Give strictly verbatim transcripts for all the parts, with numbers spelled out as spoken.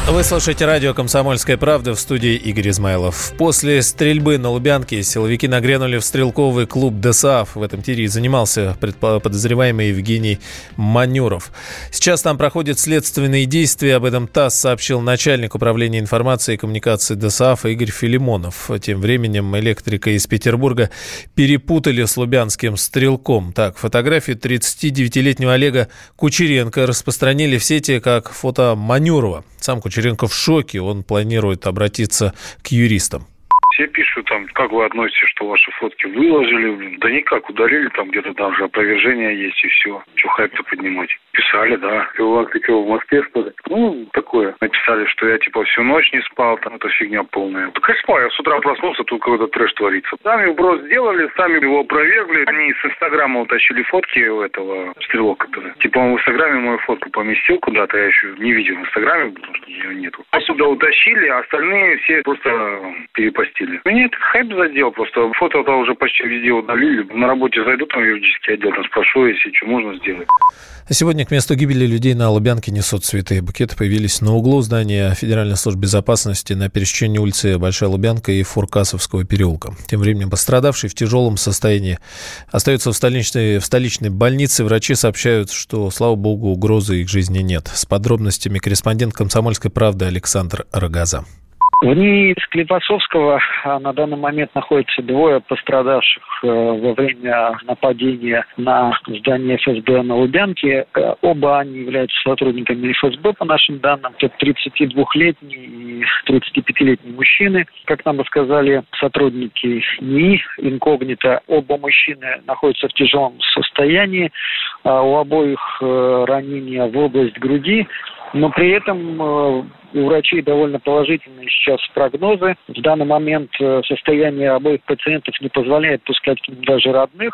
Вы слушаете радио «Комсомольская правда», в студии Игорь Измайлов. После стрельбы на Лубянке силовики нагрянули в стрелковый клуб ДОСААФ. В этом тире и занимался подозреваемый Евгений Манюров. Сейчас там проходят следственные действия. Об этом ТАСС сообщил начальник управления информации и коммуникации ДОСААФ Игорь Филимонов. Тем временем электрика из Петербурга перепутали с лубянским стрелком. Так, фотографию тридцатидевятилетнего Олега Кучеренко распространили в сети как фото Манюрова. Сам Кучеренко в шоке, он планирует обратиться к юристам. Все пишут там, как вы относитесь, что ваши фотки выложили. Да никак, удалили, там где-то там же опровержение есть и все. Че хайп-то поднимать? Писали, да. Чувак, ты что, в Москве, что ли? Ну, такое. Написали, что я типа всю ночь не спал, там это фигня полная. Так я спал, я с утра проснулся, тут какой-то трэш творится. Сами вброс сделали, сами его опровергли. Они с Инстаграма утащили фотки у этого стрелок, который. Типа он в Инстаграме мою фотку поместил куда-то, я еще не видел в Инстаграме, потому что ее нету. А сюда утащили, а остальные все просто перепостили. Меня это хайп задел, просто фото-то уже почти везде удалили. На работе зайду, там юридический отдел, там спрошу, если что можно сделать. Сегодня к месту гибели людей на Лубянке несут цветы. Букеты появились на углу здания Федеральной службы безопасности на пересечении улицы Большая Лубянка и Фуркасовского переулка. Тем временем пострадавший в тяжелом состоянии остается в столичной, в столичной больнице. Врачи сообщают, что, слава богу, угрозы их жизни нет. С подробностями корреспондент «Комсомольской правды» Александр Рогоза. В НИИ Склифосовского на данный момент находится двое пострадавших во время нападения на здание эф эс бэ на Лубянке. Оба они являются сотрудниками эф эс бэ, по нашим данным. Это тридцатидвухлетний и тридцатипятилетний мужчины. Как нам рассказали сотрудники НИИ инкогнито, оба мужчины находятся в тяжелом состоянии. У обоих ранения в область груди. Но при этом у врачей довольно положительные сейчас прогнозы. В данный момент состояние обоих пациентов не позволяет пускать к ним даже родных.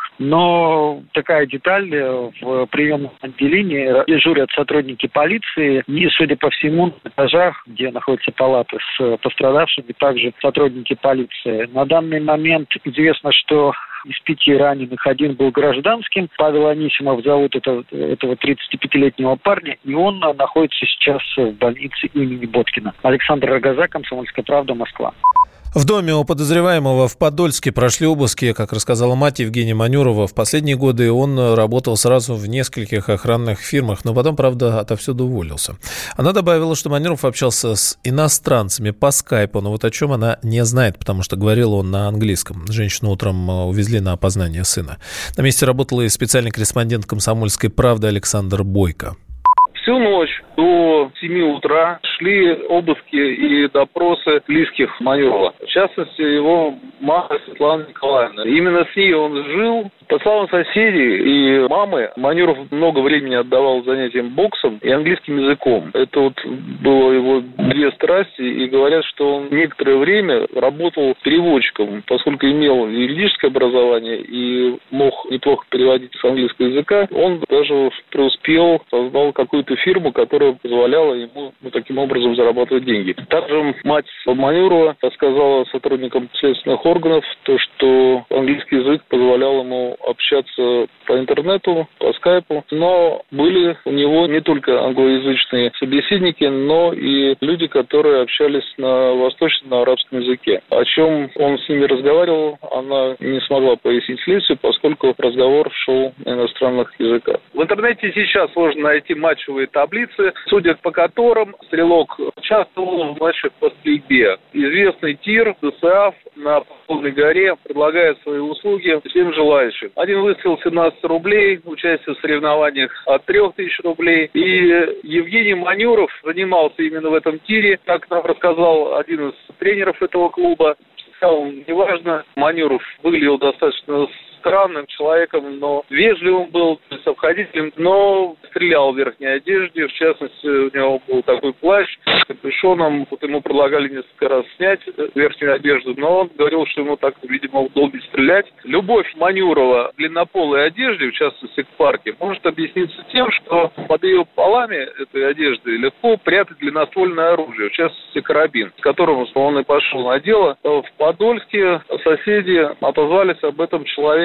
Но такая деталь: в приемном отделении дежурят сотрудники полиции. И, судя по всему, на этажах, где находятся палаты с пострадавшими, также сотрудники полиции. На данный момент известно, что из пяти раненых один был гражданским. Павел Анисимов зовут этого, этого тридцатипятилетнего парня, и он находится сейчас в больнице имени Боткина. Александр Рогоза, «Комсомольская правда», Москва. В доме у подозреваемого в Подольске прошли обыски. Как рассказала мать Евгения Манюрова, в последние годы он работал сразу в нескольких охранных фирмах, но потом, правда, отовсюду уволился. Она добавила, что Манюров общался с иностранцами по скайпу, но вот о чем она не знает, потому что говорил он на английском. Женщину утром увезли на опознание сына. На месте работал и специальный корреспондент «Комсомольской правды» Александр Бойко. Всю ночь до семи утра шли обыски и допросы близких Манюрова. В частности, его мама Светлана Николаевна. Именно с ней он жил. По словам соседей и мамы, Манюров много времени отдавал занятиям боксом и английским языком. Это вот было его две страсти. И говорят, что он некоторое время работал переводчиком, поскольку имел юридическое образование и мог неплохо переводить с английского языка. Он даже преуспел, создал какую-то фирму, которая позволяла ему ну, таким образом зарабатывать деньги. Также мать Манюрова рассказала сотрудникам следственных органов, то, что английский язык позволял ему общаться по интернету, по скайпу, но были у него не только англоязычные собеседники, но и люди, которые общались на восточном, на арабском языке. О чем он с ними разговаривал, она не смогла пояснить следствию, поскольку разговор шел на иностранных языках. В интернете сейчас сложно найти матчевые таблицы, судя по которым стрелок участвовал в матчах по стрельбе. Известный тир ДОСААФ на Походной горе предлагает свои услуги всем желающим. Один выстрел семнадцать рублей, участие в соревнованиях от три тысячи рублей. И Евгений Манюров занимался именно в этом тире, как нам рассказал один из тренеров этого клуба. Сказал, неважно, Манюров выглядел достаточно странным человеком, но вежливым был, то есть обходительным, но стрелял в верхней одежде. В частности, у него был такой плащ с капюшоном. Вот ему предлагали несколько раз снять верхнюю одежду, но он говорил, что ему так, видимо, удобнее стрелять. Любовь Манюрова к длиннополой одежде, в частности к парке, может объясниться тем, что под ее полами этой одежды легко прятать длинноствольное оружие, в частности карабин, с которым он и пошел на дело. В Подольске соседи отозвались об этом человеке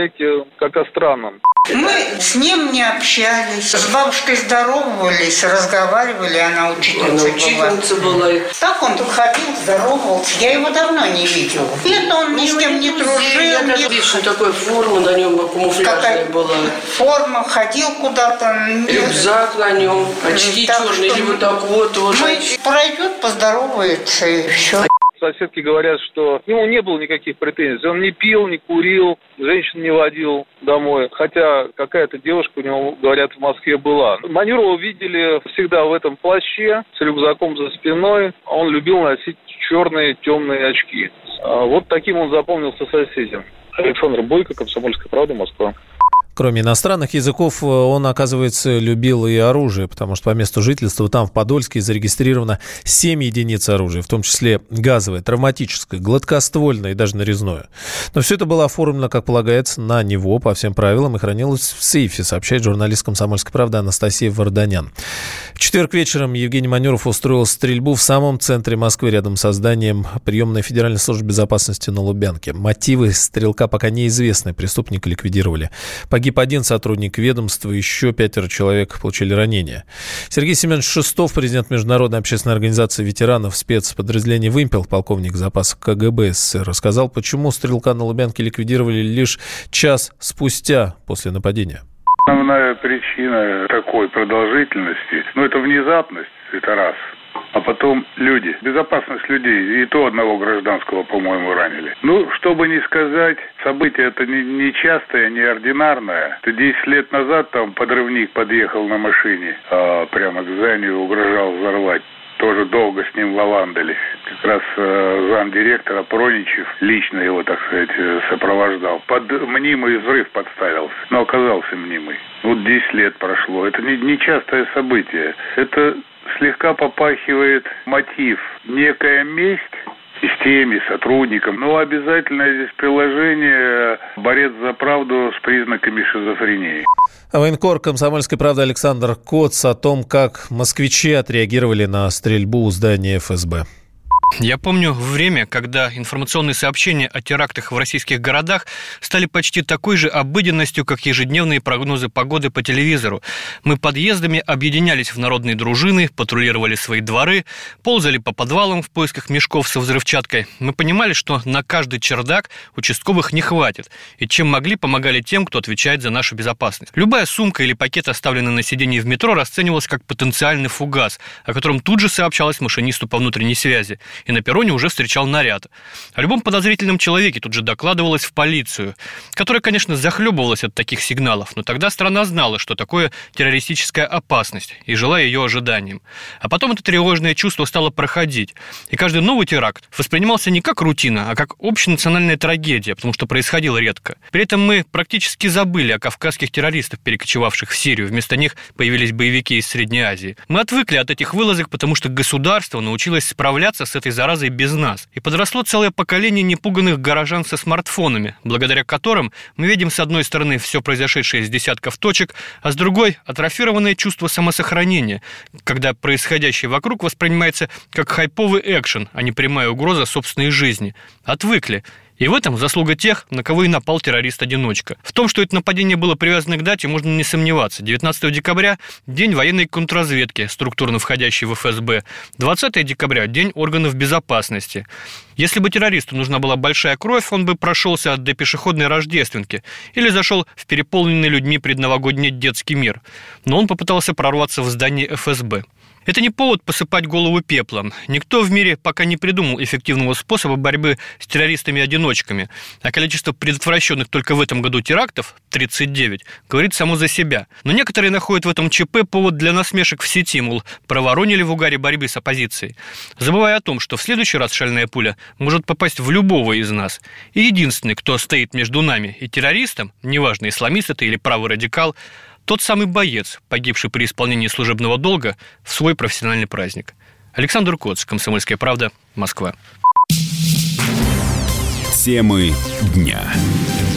человеке как о странном. Мы с ним не общались. С бабушкой здоровались, разговаривали, она учительница, она учительница была. была. Так он тут ходил, здоровался. Я его давно не видел. Нет, он ни с кем не дружил. Я даже вижу, что такая форма на нем камуфляжная была. Форма, ходил куда-то. Рюкзак на нем, очки так черные, или вот так вот. вот. Мы пройдет, поздоровается и все. Соседки говорят, что к нему не было никаких претензий. Он не пил, не курил, женщин не водил домой. Хотя какая-то девушка у него, говорят, в Москве была. Манюрова видели всегда в этом плаще с рюкзаком за спиной. Он любил носить черные темные очки. Вот таким он запомнился соседям. Александр Бойко, «Комсомольская правда», Москва. Кроме иностранных языков, он, оказывается, любил и оружие, потому что по месту жительства там, в Подольске, зарегистрировано семь единиц оружия, в том числе газовое, травматическое, гладкоствольное и даже нарезное. Но все это было оформлено, как полагается, на него по всем правилам и хранилось в сейфе, сообщает журналист «Комсомольской правды» Анастасия Варданян. В четверг вечером Евгений Манюров устроил стрельбу в самом центре Москвы, рядом с зданием приемной Федеральной службы безопасности на Лубянке. Мотивы стрелка пока неизвестны, преступника ликвидировали. Погиб один сотрудник ведомства, еще пятеро человек получили ранения. Сергей Семенович Шестов, президент Международной общественной организации ветеранов спецподразделения «Вымпел», полковник запаса ка гэ бэ эс эс эс эр, рассказал, почему стрелка на Лубянке ликвидировали лишь час спустя после нападения. Основная причина такой продолжительности, ну, это внезапность, это раз. А потом люди, безопасность людей, и то одного гражданского, по-моему, ранили. Ну, чтобы не сказать, событие это не, не частое, не ординарное. Это десять лет назад там подрывник подъехал на машине, а, прямо к зданию, угрожал взорвать. Тоже долго с ним лавандались. Как раз э, замдиректора Проничев лично его, так сказать, сопровождал. Под мнимый взрыв подставился, но оказался мнимый. Вот десять лет прошло. Это не, не частое событие. Это слегка попахивает мотив. Некая месть системе, сотрудникам. Но обязательно здесь приложение борец за правду с признаками шизофрении. Военкор «Комсомольской правды» Александр Коц о том, как москвичи отреагировали на стрельбу у здания эф эс бэ. Я помню время, когда информационные сообщения о терактах в российских городах стали почти такой же обыденностью, как ежедневные прогнозы погоды по телевизору. Мы подъездами объединялись в народные дружины, патрулировали свои дворы, ползали по подвалам в поисках мешков со взрывчаткой. Мы понимали, что на каждый чердак участковых не хватит, и чем могли, помогали тем, кто отвечает за нашу безопасность. Любая сумка или пакет, оставленный на сиденье в метро, расценивалась как потенциальный фугас, о котором тут же сообщалось машинисту по внутренней связи. И на перроне уже встречал наряд. О любом подозрительном человеке тут же докладывалось в полицию, которая, конечно, захлебывалась от таких сигналов, но тогда страна знала, что такое террористическая опасность, и жила ее ожиданием. А потом это тревожное чувство стало проходить, и каждый новый теракт воспринимался не как рутина, а как общенациональная трагедия, потому что происходило редко. При этом мы практически забыли о кавказских террористах, перекочевавших в Сирию. Вместо них появились боевики из Средней Азии. Мы отвыкли от этих вылазок, потому что государство научилось справляться с этой заразой без нас. И подросло целое поколение непуганных горожан со смартфонами, благодаря которым мы видим с одной стороны все произошедшее с десятков точек, а с другой – атрофированное чувство самосохранения, когда происходящее вокруг воспринимается как хайповый экшен, а не прямая угроза собственной жизни. Отвыкли. И в этом заслуга тех, на кого и напал террорист-одиночка. В том, что это нападение было привязано к дате, можно не сомневаться. девятнадцатого декабря – день военной контрразведки, структурно входящей в эф эс бэ. двадцатого декабря – день органов безопасности. Если бы террористу нужна была большая кровь, он бы прошелся до пешеходной Рождественки или зашел в переполненный людьми предновогодний детский мир. Но он попытался прорваться в здание эф эс бэ. Это не повод посыпать голову пеплом. Никто в мире пока не придумал эффективного способа борьбы с террористами-одиночками. А количество предотвращенных только в этом году терактов, тридцать девять, говорит само за себя. Но некоторые находят в этом ЧП повод для насмешек в сети, мол, проворонили в угаре борьбы с оппозицией, забывая о том, что в следующий раз шальная пуля может попасть в любого из нас. И единственный, кто стоит между нами и террористом, неважно, исламист это или правый радикал, тот самый боец, погибший при исполнении служебного долга в свой профессиональный праздник. Александр Коц, «Комсомольская правда», Москва. Темы дня.